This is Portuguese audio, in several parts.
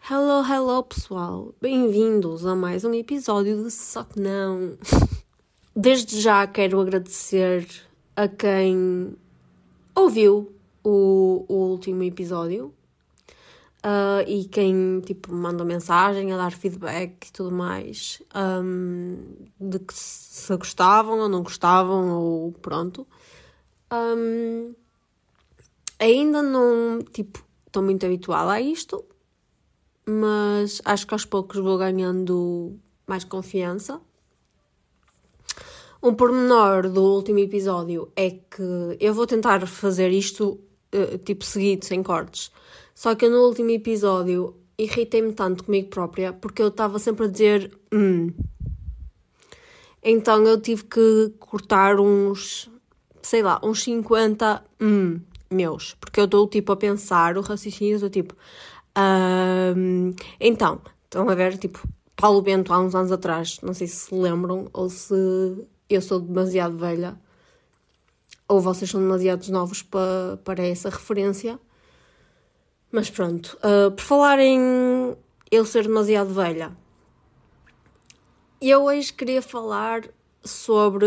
Hello, hello pessoal, bem-vindos a mais um episódio de Só Que Não. Desde já quero agradecer a quem ouviu o último episódio e quem mandou mensagem a dar feedback e tudo mais, de que se gostavam ou não gostavam ou pronto. Ainda não estou muito habituada a isto, mas acho que aos poucos vou ganhando mais confiança. Um pormenor do último episódio é que eu vou tentar fazer isto seguido, sem cortes. Só que eu no último episódio irritei-me tanto comigo própria porque eu estava sempre a dizer Então eu tive que cortar uns 50 meus. Porque eu estou a pensar, o raciocínio, eu estou então, estão a ver, Paulo Bento há uns anos atrás, não sei se lembram ou se eu sou demasiado velha ou vocês são demasiado novos para essa referência. Mas pronto, por falar em eu ser demasiado velha, eu hoje queria falar sobre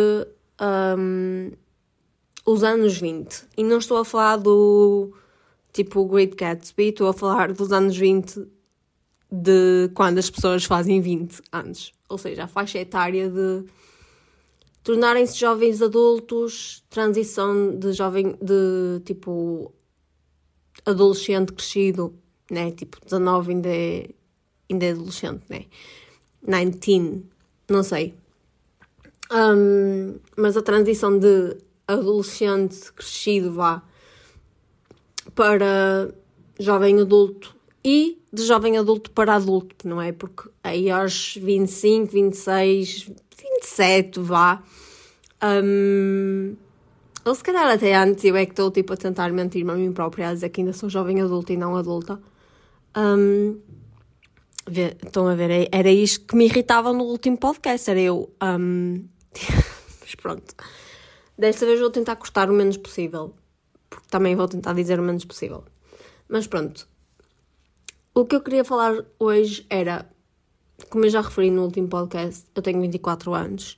os anos 20. E não estou a falar do Great Gatsby, estou a falar dos anos 20 de quando as pessoas fazem 20 anos. Ou seja, a faixa etária de tornarem-se jovens adultos, transição de adolescente crescido, né? 19 ainda é adolescente, né? 19, não sei. Mas a transição de adolescente crescido para jovem adulto e de jovem adulto para adulto, não é? Porque aí aos 25, 26, 27 ou se calhar até antes eu é que estou a tentar mentir-me a mim própria, a dizer que ainda sou jovem adulta e não adulta. Estão a ver, era isto que me irritava no último podcast, era eu. Mas pronto, desta vez vou tentar cortar o menos possível, porque também vou tentar dizer o menos possível. Mas pronto, o que eu queria falar hoje era, como eu já referi no último podcast, eu tenho 24 anos.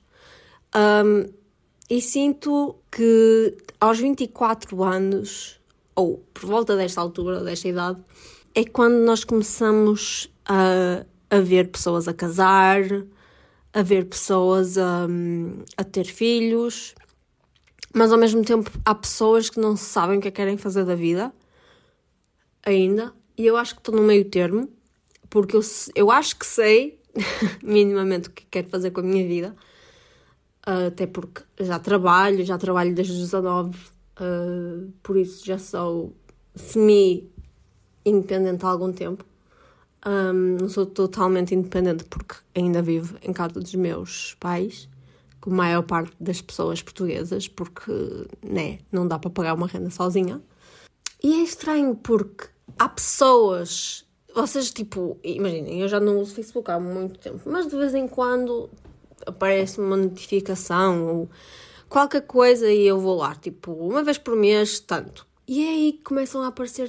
E sinto que aos 24 anos, ou por volta desta altura, desta idade, é quando nós começamos a ver pessoas a casar, a ver pessoas a ter filhos, mas ao mesmo tempo há pessoas que não sabem o que querem fazer da vida ainda, e eu acho que estou no meio termo, porque eu acho que sei minimamente o que quero fazer com a minha vida, até porque já trabalho desde os 19, por isso já sou semi-independente há algum tempo. Não sou totalmente independente porque ainda vivo em casa dos meus pais, como a maior parte das pessoas portuguesas, porque não dá para pagar uma renda sozinha. E é estranho porque há pessoas, vocês imaginem, eu já não uso Facebook há muito tempo, mas de vez em quando aparece uma notificação ou qualquer coisa e eu vou lá, uma vez por mês, tanto. E é aí que começam a aparecer,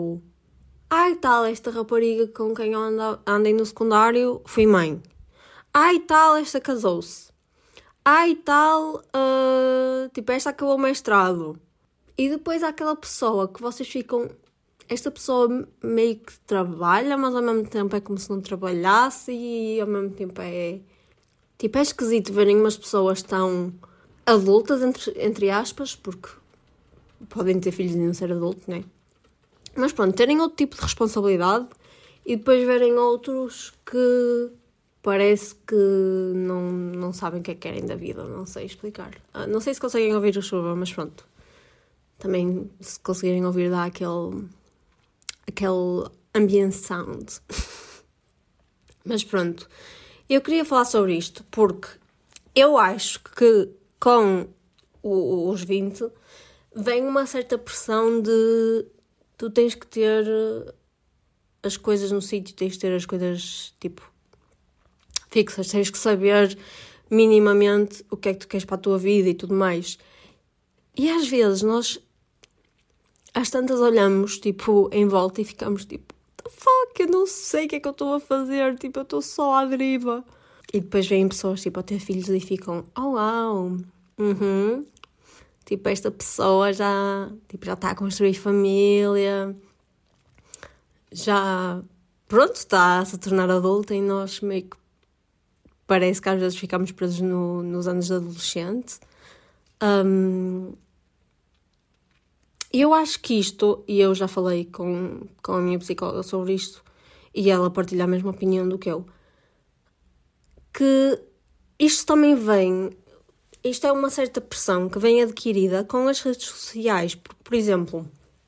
ai tal, esta rapariga com quem eu andei no secundário foi mãe. Ai tal, esta casou-se. Ai tal, esta acabou o mestrado. E depois há aquela pessoa que vocês ficam... Esta pessoa meio que trabalha, mas ao mesmo tempo é como se não trabalhasse e ao mesmo tempo é... é esquisito verem umas pessoas tão adultas, entre aspas, porque podem ter filhos e não ser adultos, né? Mas pronto, terem outro tipo de responsabilidade e depois verem outros que parece que não sabem o que é que querem da vida, não sei explicar. Não sei se conseguem ouvir a chuva, mas pronto. Também, se conseguirem ouvir, dá aquele ambient sound. Mas pronto, eu queria falar sobre isto porque eu acho que com os 20 vem uma certa pressão de tu tens que ter as coisas no sítio, tens que ter as coisas fixas, tens que saber minimamente o que é que tu queres para a tua vida e tudo mais. E às vezes nós às tantas olhamos em volta e ficamos the fuck, eu não sei o que é que eu estou a fazer, tipo, eu estou só à deriva. E depois vêm pessoas, tipo, a ter filhos e ficam, oh, uau, tipo, esta pessoa já está a construir família, já, pronto, está a se tornar adulta e nós meio que parece que às vezes ficamos presos nos anos de adolescente. E eu acho que isto, e eu já falei com a minha psicóloga sobre isto, e ela partilha a mesma opinião do que eu, que isto também vem, isto é uma certa pressão que vem adquirida com as redes sociais. Por exemplo,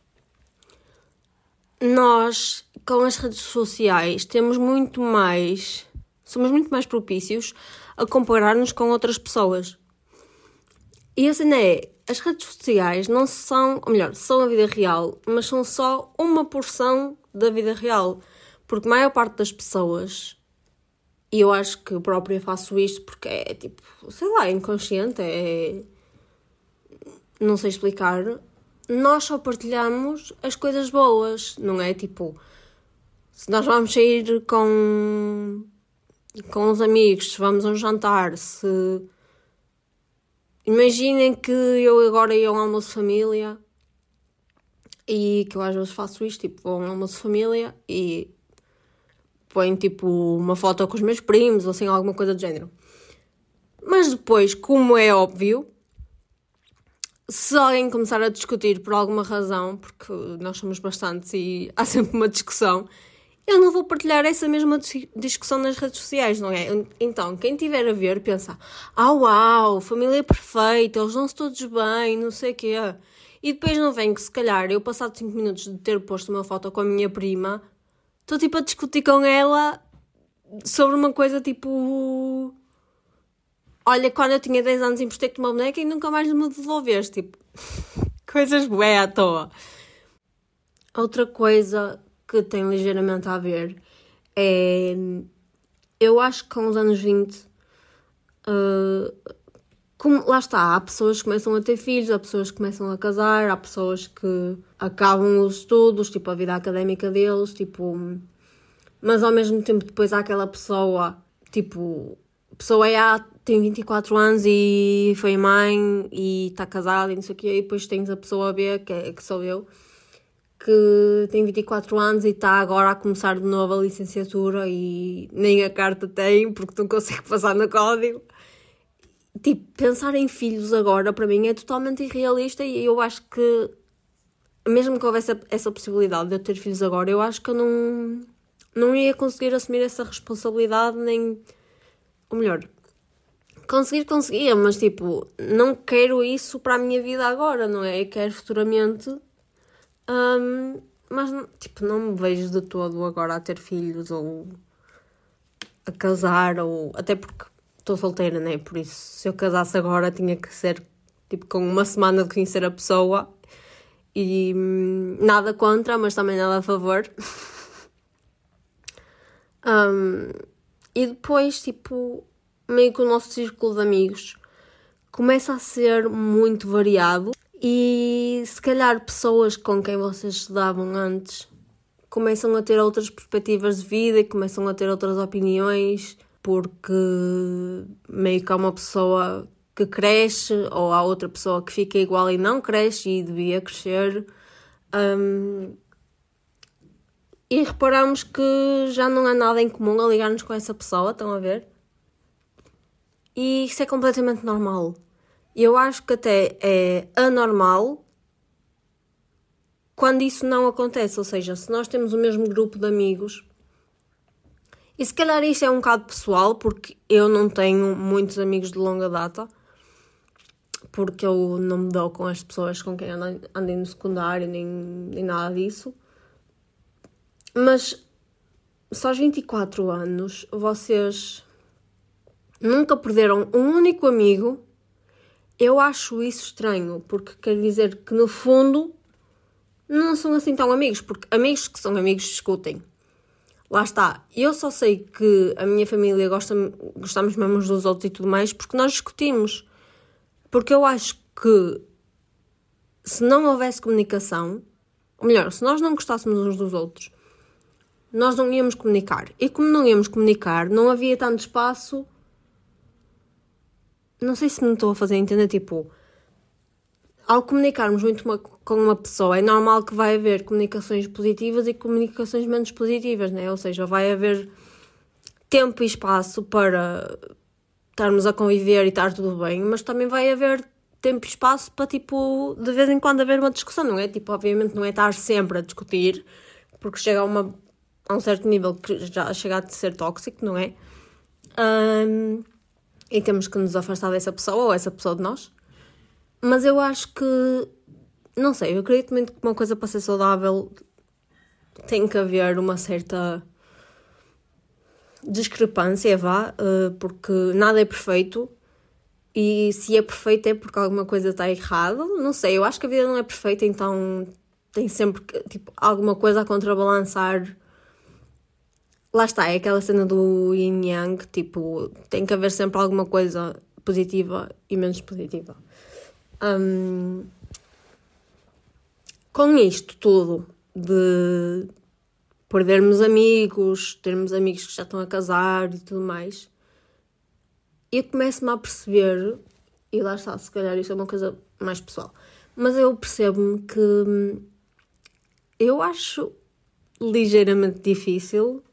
nós, com as redes sociais, somos muito mais propícios a comparar-nos com outras pessoas. E a cena é, as redes sociais não são, ou melhor, são a vida real, mas são só uma porção da vida real. Porque a maior parte das pessoas, e eu acho que eu própria faço isto porque é tipo, sei lá, inconsciente, não sei explicar, nós só partilhamos as coisas boas, não é? Tipo, se nós vamos sair com os amigos, se vamos a um jantar, se... Imaginem que eu agora ia a um almoço de família e que eu às vezes faço isto, tipo, vou a um almoço de família e ponho tipo uma foto com os meus primos ou assim, alguma coisa do género. Mas depois, como é óbvio, se alguém começar a discutir por alguma razão, porque nós somos bastantes e há sempre uma discussão, eu não vou partilhar essa mesma discussão nas redes sociais, não é? Então, quem tiver a ver, pensa, uau, família perfeita, eles dão-se todos bem, não sei o quê. E depois não vem que, se calhar, eu passado 5 minutos de ter posto uma foto com a minha prima, estou tipo a discutir com ela sobre uma coisa tipo... Olha, quando eu tinha 10 anos emprestei-te uma boneca e nunca mais me devolveste, tipo... Coisas bué à toa. Outra coisa que tem ligeiramente a ver é... Eu acho que com os anos 20... como, lá está, há pessoas que começam a ter filhos, há pessoas que começam a casar, há pessoas que acabam os estudos, tipo, a vida académica deles, tipo... Mas ao mesmo tempo depois há aquela pessoa, tipo... A pessoa tem 24 anos e foi mãe e está casada e não sei o quê, e depois tens a pessoa B, que sou eu, que tem 24 anos e está agora a começar de novo a licenciatura e nem a carta tem porque não consegue passar no código. Tipo, pensar em filhos agora para mim é totalmente irrealista e eu acho que, mesmo que houvesse essa possibilidade de eu ter filhos agora, eu acho que eu não ia conseguir assumir essa responsabilidade, nem... Ou melhor, conseguia, mas tipo, não quero isso para a minha vida agora, não é? Eu quero futuramente, mas tipo, não me vejo de todo agora a ter filhos ou a casar, ou até porque estou solteira, né? Por isso, se eu casasse agora tinha que ser tipo com uma semana de conhecer a pessoa e nada contra, mas também nada a favor. E depois, tipo, meio que o nosso círculo de amigos começa a ser muito variado e se calhar pessoas com quem vocês se davam antes começam a ter outras perspectivas de vida e começam a ter outras opiniões porque meio que há uma pessoa que cresce ou há outra pessoa que fica igual e não cresce e devia crescer. E reparamos que já não há nada em comum a ligar-nos com essa pessoa, estão a ver? E isso é completamente normal. E eu acho que até é anormal quando isso não acontece. Ou seja, se nós temos o mesmo grupo de amigos... E se calhar isto é um bocado pessoal, porque eu não tenho muitos amigos de longa data. Porque eu não me dou com as pessoas com quem andei no secundário, nem nada disso. Mas só aos 24 anos vocês nunca perderam um único amigo. Eu acho isso estranho, porque quer dizer que no fundo não são assim tão amigos, porque amigos que são amigos discutem. Lá está, eu só sei que a minha família gostamos mesmo uns dos outros e tudo mais porque nós discutimos. Porque eu acho que se não houvesse comunicação, ou melhor, se nós não gostássemos uns dos outros, nós não íamos comunicar. E como não íamos comunicar, não havia tanto espaço. Não sei se me estou a fazer entender, tipo, ao comunicarmos muito com uma pessoa, é normal que vai haver comunicações positivas e comunicações menos positivas, né? Ou seja, vai haver tempo e espaço para estarmos a conviver e estar tudo bem, mas também vai haver tempo e espaço para, tipo, de vez em quando haver uma discussão, não é? Tipo, obviamente não é estar sempre a discutir, porque chega a um certo nível que já chega a ser tóxico, não é? E temos que nos afastar dessa pessoa ou essa pessoa de nós. Mas eu acho que, não sei, eu acredito muito que uma coisa para ser saudável tem que haver uma certa discrepância, porque nada é perfeito e se é perfeito é porque alguma coisa está errada. Não sei, eu acho que a vida não é perfeita, então tem sempre tipo, alguma coisa a contrabalançar. Lá está, é aquela cena do yin yang, tipo, tem que haver sempre alguma coisa positiva e menos positiva. Com isto tudo, de perdermos amigos, termos amigos que já estão a casar e tudo mais, eu começo-me a perceber, e lá está, se calhar isto é uma coisa mais pessoal, mas eu percebo-me que eu acho ligeiramente difícil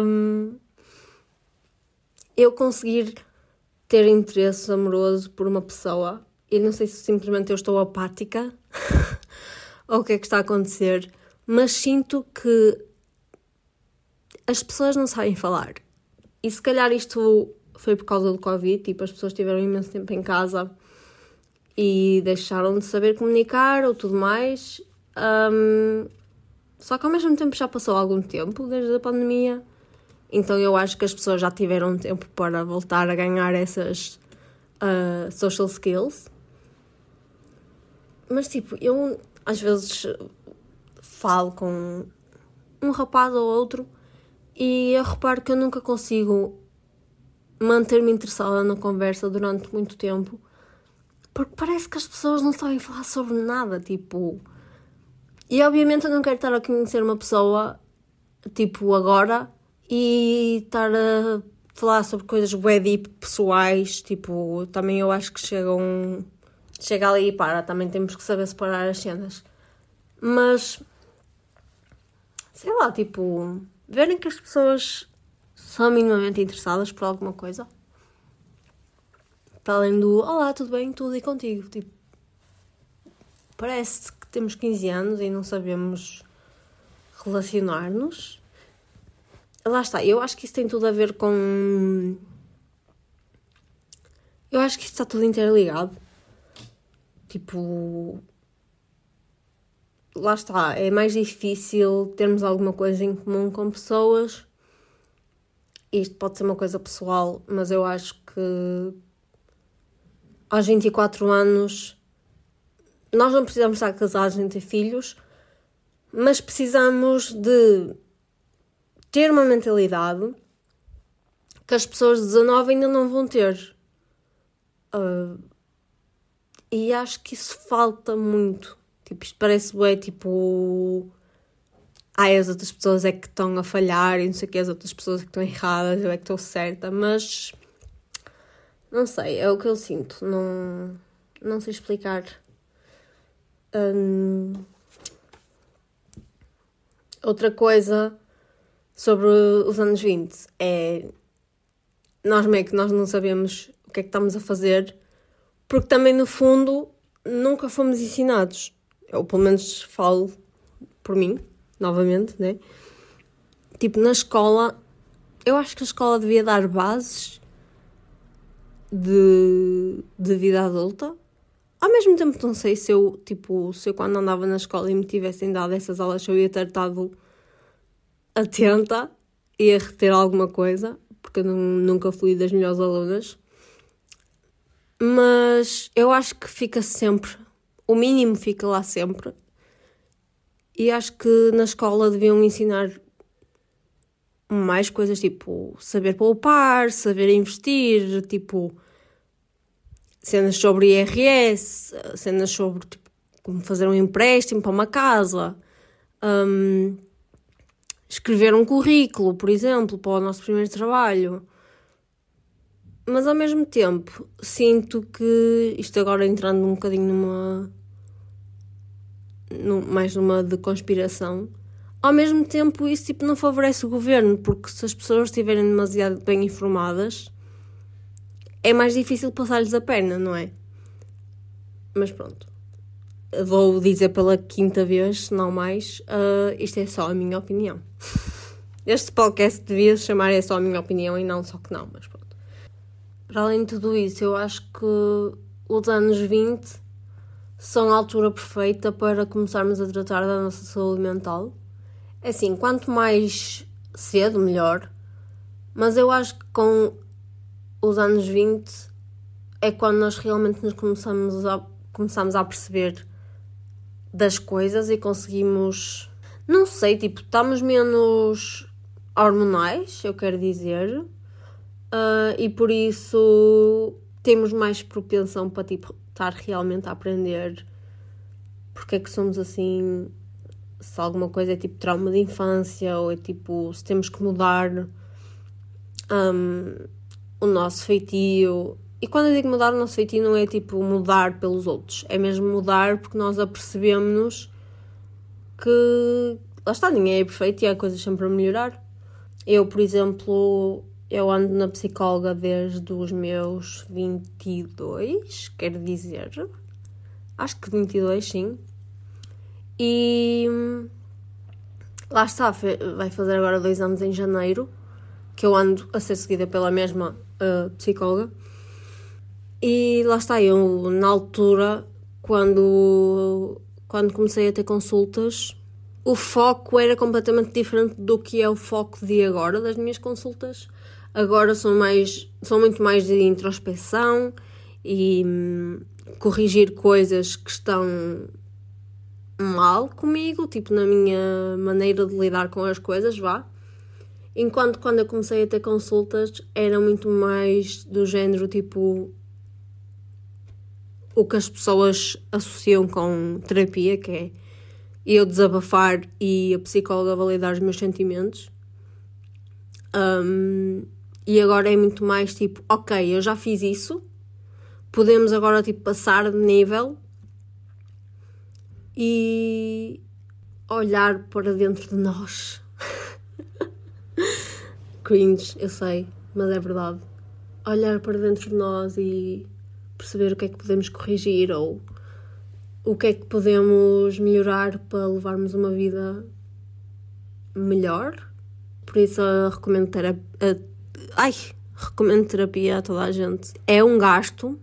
eu conseguir ter interesse amoroso por uma pessoa. Eu não sei se simplesmente eu estou apática ou o que é que está a acontecer, mas sinto que as pessoas não sabem falar. E se calhar isto foi por causa do Covid, tipo, as pessoas tiveram imenso tempo em casa e deixaram de saber comunicar ou tudo mais. Só que ao mesmo tempo já passou algum tempo desde a pandemia, então eu acho que as pessoas já tiveram tempo para voltar a ganhar essas social skills. Mas tipo, eu às vezes falo com um rapaz ou outro e eu reparo que eu nunca consigo manter-me interessada na conversa durante muito tempo, porque parece que as pessoas não sabem falar sobre nada, tipo. E obviamente eu não quero estar a conhecer uma pessoa, tipo, agora, e estar a falar sobre coisas bué deep, pessoais, tipo, também eu acho que chega ali e para, também temos que saber separar as cenas. Mas, sei lá, tipo, verem que as pessoas são minimamente interessadas por alguma coisa, para além do, olá, tudo bem, tudo e contigo, tipo, parece que temos 15 anos e não sabemos relacionar-nos. Lá está, eu acho que isso tem tudo a ver com... Eu acho que isso está tudo interligado. Tipo... Lá está, é mais difícil termos alguma coisa em comum com pessoas. Isto pode ser uma coisa pessoal, mas eu acho que aos 24 anos nós não precisamos estar casados nem ter filhos, mas precisamos de ter uma mentalidade que as pessoas de 19 ainda não vão ter. E acho que isso falta muito. Tipo, isto parece bem, tipo... as outras pessoas é que estão a falhar e não sei o que, as outras pessoas é que estão erradas, eu é que estou certa, mas... Não sei, é o que eu sinto. Não sei explicar. Outra coisa sobre os anos 20 é... Nós meio que nós não sabemos o que é que estamos a fazer, porque também, no fundo, nunca fomos ensinados. Eu, pelo menos, falo por mim, novamente, né? Tipo, na escola, eu acho que a escola devia dar bases de vida adulta. Ao mesmo tempo, não sei se eu quando andava na escola e me tivessem dado essas aulas, eu ia ter estado atenta e a reter alguma coisa, porque eu nunca fui das melhores alunas. Mas eu acho que fica sempre, o mínimo fica lá sempre. E acho que na escola deviam ensinar mais coisas, tipo, saber poupar, saber investir, tipo, cenas sobre IRS, cenas sobre, tipo, como fazer um empréstimo para uma casa, escrever um currículo, por exemplo, para o nosso primeiro trabalho. Mas ao mesmo tempo, sinto que, isto agora entrando um bocadinho mais numa de conspiração, ao mesmo tempo isso tipo, não favorece o governo, porque se as pessoas estiverem demasiado bem informadas, é mais difícil passar-lhes a perna, não é? Mas pronto. Vou dizer pela 5ª vez, se não mais, isto é só a minha opinião. Este podcast devia se chamar É Só a Minha Opinião e não Só Que Não, mas pronto. Para além de tudo isso, eu acho que os anos 20 são a altura perfeita para começarmos a tratar da nossa saúde mental. É assim, quanto mais cedo, melhor. Mas eu acho que com os anos 20 é quando nós realmente nos começamos a perceber das coisas e conseguimos, não sei, tipo, estamos menos hormonais, eu quero dizer, e por isso temos mais propensão para, tipo, estar realmente a aprender porque é que somos assim, se alguma coisa é tipo trauma de infância ou é tipo, se temos que mudar o nosso feitio. E quando eu digo mudar o nosso feitio não é tipo mudar pelos outros, é mesmo mudar porque nós apercebemos que, lá está, ninguém é perfeito e há coisas sempre a melhorar. Eu, por exemplo, eu ando na psicóloga desde os meus 22, quero dizer, acho que 22, sim. E lá está, vai fazer agora 2 anos em janeiro, que eu ando a ser seguida pela mesma psicóloga. E lá está, eu na altura, quando comecei a ter consultas, o foco era completamente diferente do que é o foco de agora das minhas consultas. Agora são muito mais de introspeção e corrigir coisas que estão mal comigo, tipo na minha maneira de lidar com as coisas, vá. Enquanto quando eu comecei a ter consultas era muito mais do género, tipo, o que as pessoas associam com terapia, que é eu desabafar e a psicóloga validar os meus sentimentos. E agora é muito mais tipo, ok, eu já fiz isso, podemos agora tipo passar de nível e olhar para dentro de nós. Cringe, eu sei, mas é verdade. Olhar para dentro de nós e perceber o que é que podemos corrigir ou o que é que podemos melhorar para levarmos uma vida melhor. Por isso eu recomendo terapia a toda a gente. É um gasto,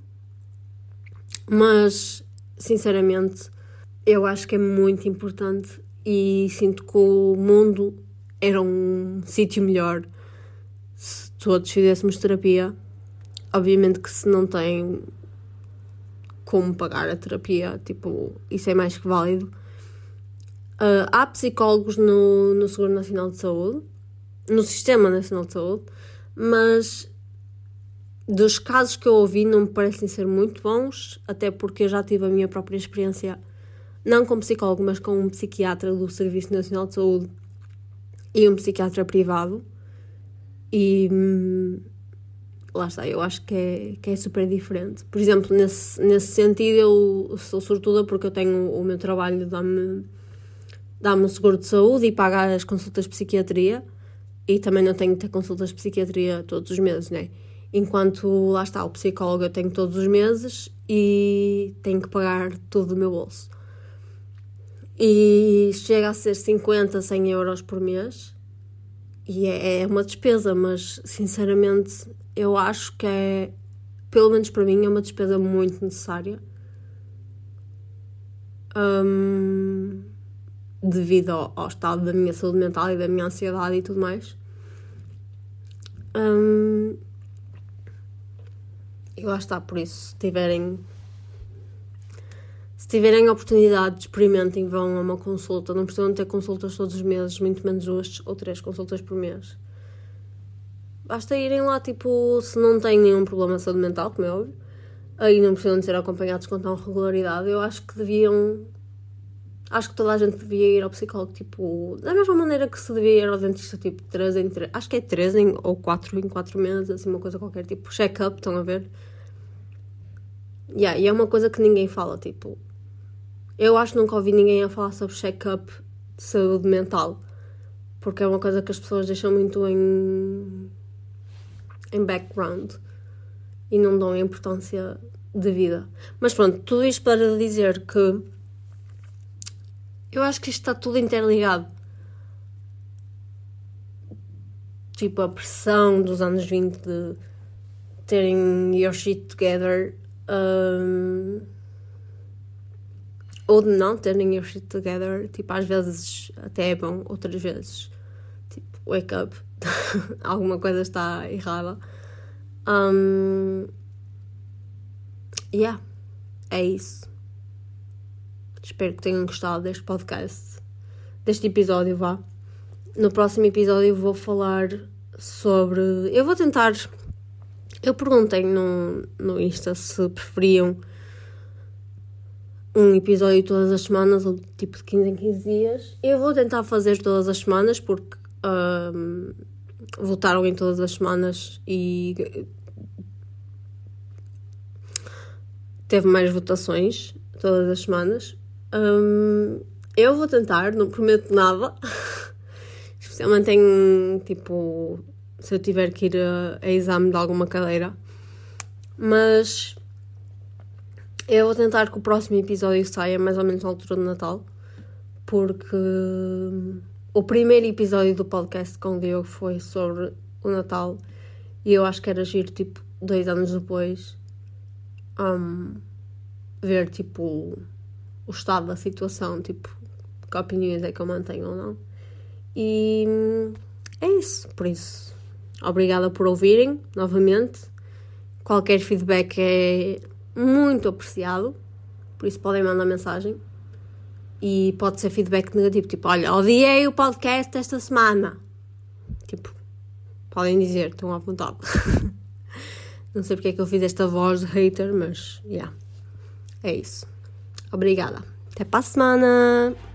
mas sinceramente eu acho que é muito importante e sinto que o mundo era um sítio melhor se todos fizéssemos terapia. Obviamente que se não tem como pagar a terapia, tipo, isso é mais que válido. Há psicólogos no Seguro Nacional de Saúde, no Sistema Nacional de Saúde, mas dos casos que eu ouvi não me parecem ser muito bons, até porque eu já tive a minha própria experiência, não com psicólogo, mas com um psiquiatra do Serviço Nacional de Saúde e um psiquiatra privado. E lá está, eu acho que é super diferente. Por exemplo, nesse sentido eu sou sortuda porque eu tenho o meu trabalho, dá-me um seguro de saúde e paga as consultas de psiquiatria e também não tenho que ter consultas de psiquiatria todos os meses, né? Enquanto, lá está, o psicólogo eu tenho todos os meses e tenho que pagar tudo do meu bolso. E chega a ser 50, 100 euros por mês e é uma despesa, mas sinceramente eu acho que é, pelo menos para mim, é uma despesa muito necessária. Devido ao estado da minha saúde mental e da minha ansiedade e tudo mais. E lá está, por isso, se tiverem a oportunidade, experimentem, vão a uma consulta. Não precisam ter consultas todos os meses, muito menos 2 ou 3 consultas por mês. Basta irem lá, tipo, se não têm nenhum problema de saúde mental, como é óbvio, aí não precisam de ser acompanhados com tão regularidade. Eu acho que deviam Acho que toda a gente devia ir ao psicólogo, tipo, da mesma maneira que se devia ir ao dentista, tipo, 3 em 3, acho que é 3 ou 4 em 4 meses, assim, uma coisa qualquer, tipo, check-up, estão a ver? E é uma coisa que ninguém fala, tipo, eu acho que nunca ouvi ninguém a falar sobre check-up de saúde mental, porque é uma coisa que as pessoas deixam muito em background e não dão importância devida. Mas pronto, tudo isto para dizer que eu acho que isto está tudo interligado. Tipo, a pressão dos anos 20 de terem your shit together, ou de não terem your shit together. Tipo, às vezes até é bom, outras vezes, tipo, wake up, alguma coisa está errada. É isso. Espero que tenham gostado deste podcast, deste episódio, vá. No próximo episódio vou falar sobre... Eu perguntei no Insta se preferiam um episódio todas as semanas ou tipo de 15 em 15 dias. Eu vou tentar fazer todas as semanas porque votaram em todas as semanas e teve mais votações todas as semanas. Eu vou tentar, não prometo nada. Especialmente em, tipo, se eu tiver que ir a exame de alguma cadeira. Mas eu vou tentar que o próximo episódio saia mais ou menos na altura do Natal. Porque o primeiro episódio do podcast com o Diogo foi sobre o Natal. E eu acho que era giro, tipo, 2 anos depois, ver, tipo, o estado da situação, tipo, que opiniões é que eu mantenho ou não. E é isso, por isso. Obrigada por ouvirem, novamente. Qualquer feedback é muito apreciado, por isso podem mandar mensagem. E pode ser feedback negativo, tipo, olha, odiei o podcast esta semana. Tipo, podem dizer, estão à vontade. Não sei porque é que eu fiz esta voz de hater, mas, é isso. Obrigada. Até para a semana!